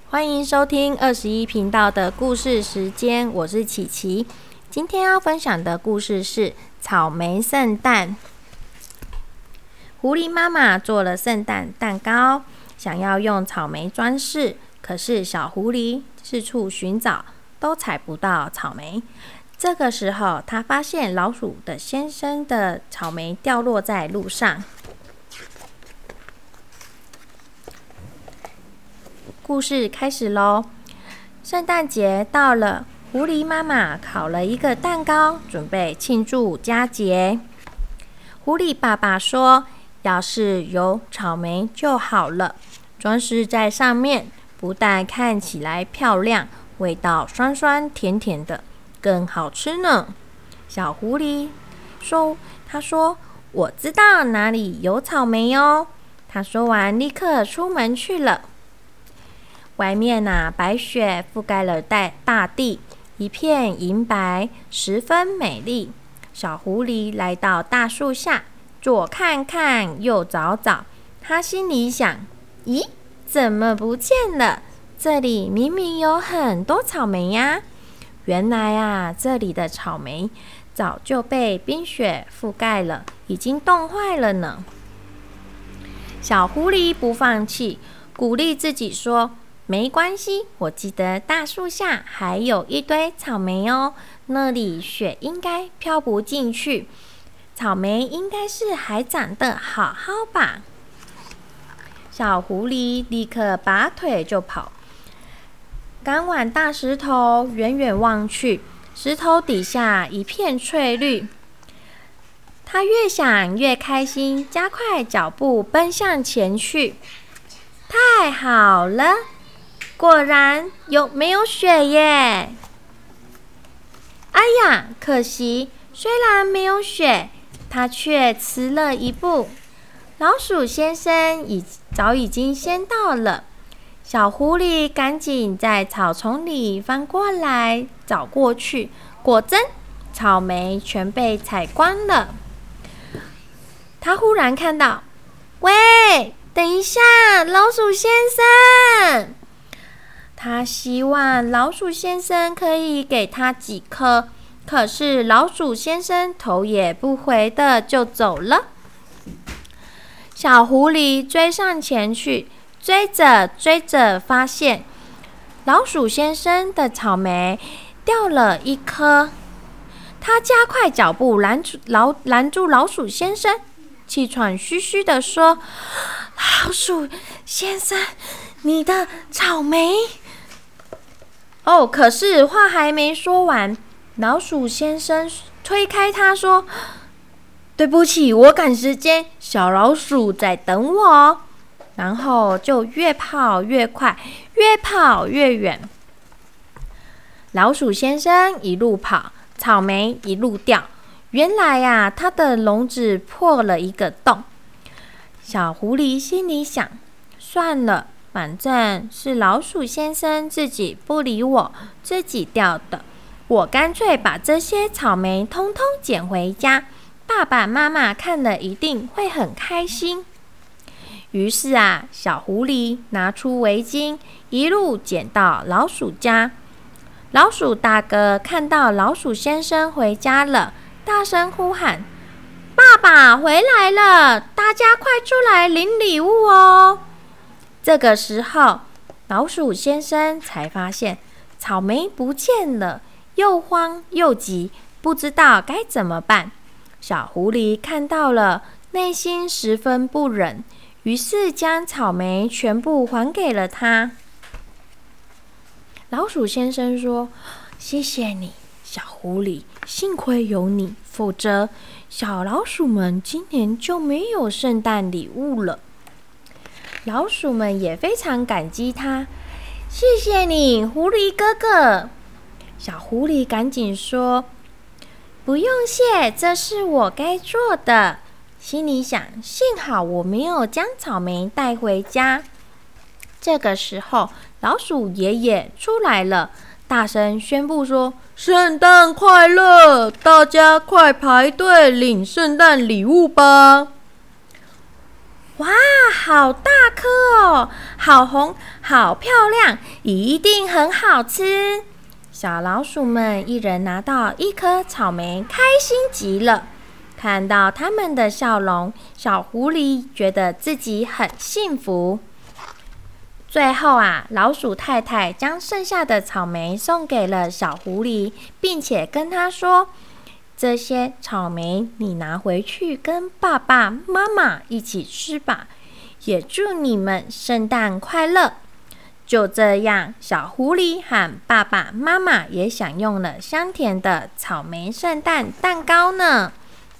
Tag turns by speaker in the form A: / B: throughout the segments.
A: 欢迎收听21频道的故事时间，我是琪琪。今天要分享的故事是草莓圣诞。狐狸妈妈做了圣诞蛋糕，想要用草莓装饰，可是小狐狸四处寻找，都采不到草莓。这个时候，他发现老鼠的先生的草莓掉落在路上。故事开始咯。圣诞节到了，狐狸妈妈烤了一个蛋糕，准备庆祝佳节。狐狸爸爸说，要是有草莓就好了，装饰在上面，不但看起来漂亮，味道酸酸甜甜的，更好吃呢。小狐狸说，他说我知道哪里有草莓哦。他说完立刻出门去了。外面白雪覆盖了大地，一片银白，十分美丽。小狐狸来到大树下，左看看，右找找。他心里想：咦，怎么不见了？这里明明有很多草莓呀！原来这里的草莓早就被冰雪覆盖了，已经冻坏了呢。小狐狸不放弃，鼓励自己说：没关系，我记得大树下还有一堆草莓哦，那里雪应该飘不进去，草莓应该是还长得好好吧。小狐狸立刻拔腿就跑，赶往大石头，远远望去，石头底下一片翠绿。他越想越开心，加快脚步奔向前去。太好了！果然没有雪耶！哎呀，可惜，虽然没有雪，他却迟了一步。老鼠先生早已经先到了。小狐狸赶紧在草丛里翻过来找过去，果真草莓全被采光了。他忽然看到，喂，等一下，老鼠先生！他希望老鼠先生可以给他几颗，可是老鼠先生头也不回的就走了。小狐狸追上前去，追着追着，发现老鼠先生的草莓掉了一颗。他加快脚步拦住老鼠先生，气喘吁吁的说：老鼠先生，你的草莓……可是话还没说完，老鼠先生推开他说：对不起，我赶时间，小老鼠在等我。然后就越跑越快，越跑越远。老鼠先生一路跑，草莓一路掉。原来他的笼子破了一个洞。小狐狸心里想：算了，反正是老鼠先生自己不理我，自己掉的。我干脆把这些草莓通通捡回家，爸爸妈妈看了一定会很开心。于是小狐狸拿出围巾，一路捡到老鼠家。老鼠大哥看到老鼠先生回家了，大声呼喊：爸爸回来了，大家快出来领礼物哦！这个时候，老鼠先生才发现草莓不见了，又慌又急，不知道该怎么办。小狐狸看到了，内心十分不忍，于是将草莓全部还给了他。老鼠先生说：谢谢你，小狐狸，幸亏有你，否则小老鼠们今年就没有圣诞礼物了。老鼠们也非常感激他，谢谢你，狐狸哥哥。小狐狸赶紧说：不用谢，这是我该做的。心里想，幸好我没有将草莓带回家。这个时候，老鼠爷爷出来了，大声宣布说：圣诞快乐，大家快排队领圣诞礼物吧！ 哇，好大颗哦，好红，好漂亮，一定很好吃。小老鼠们一人拿到一颗草莓，开心极了。看到他们的笑容，小狐狸觉得自己很幸福。最后啊，老鼠太太将剩下的草莓送给了小狐狸，并且跟他说：“这些草莓你拿回去跟爸爸妈妈一起吃吧，也祝你们圣诞快乐。”就这样，小狐狸和爸爸妈妈也享用了香甜的草莓圣诞蛋糕呢。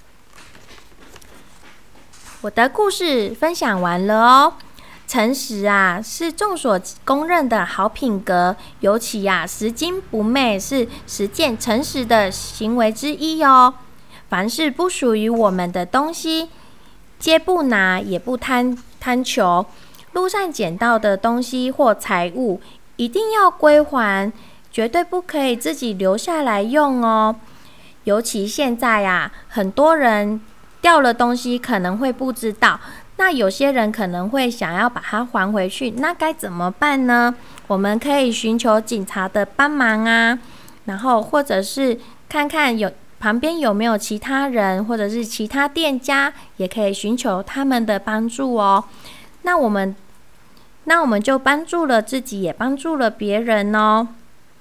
A: 我的故事分享完了哦。诚实啊，是众所公认的好品格，尤其啊，拾金不昧是实践诚实的行为之一哦。凡是不属于我们的东西，皆不拿，也不贪求。路上捡到的东西或财物，一定要归还，绝对不可以自己留下来用哦。尤其现在啊，很多人掉了东西可能会不知道，那有些人可能会想要把它还回去，那该怎么办呢？我们可以寻求警察的帮忙啊，然后或者是看看旁边有没有其他人，或者是其他店家，也可以寻求他们的帮助哦。那我们就帮助了自己，也帮助了别人哦。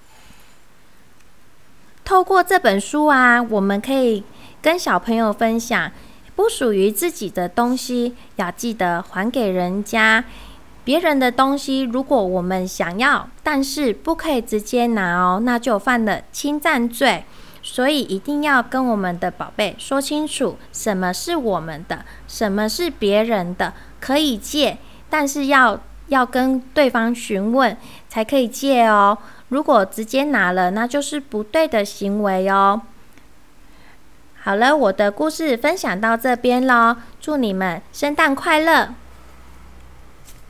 A: 透过这本书啊，我们可以跟小朋友分享，不属于自己的东西，要记得还给人家。别人的东西，如果我们想要，但是不可以直接拿哦，那就犯了侵占罪。所以一定要跟我们的宝贝说清楚，什么是我们的，什么是别人的，可以借，但是要跟对方询问才可以借哦。如果直接拿了，那就是不对的行为哦。好了，我的故事分享到这边咯，祝你们圣诞快乐！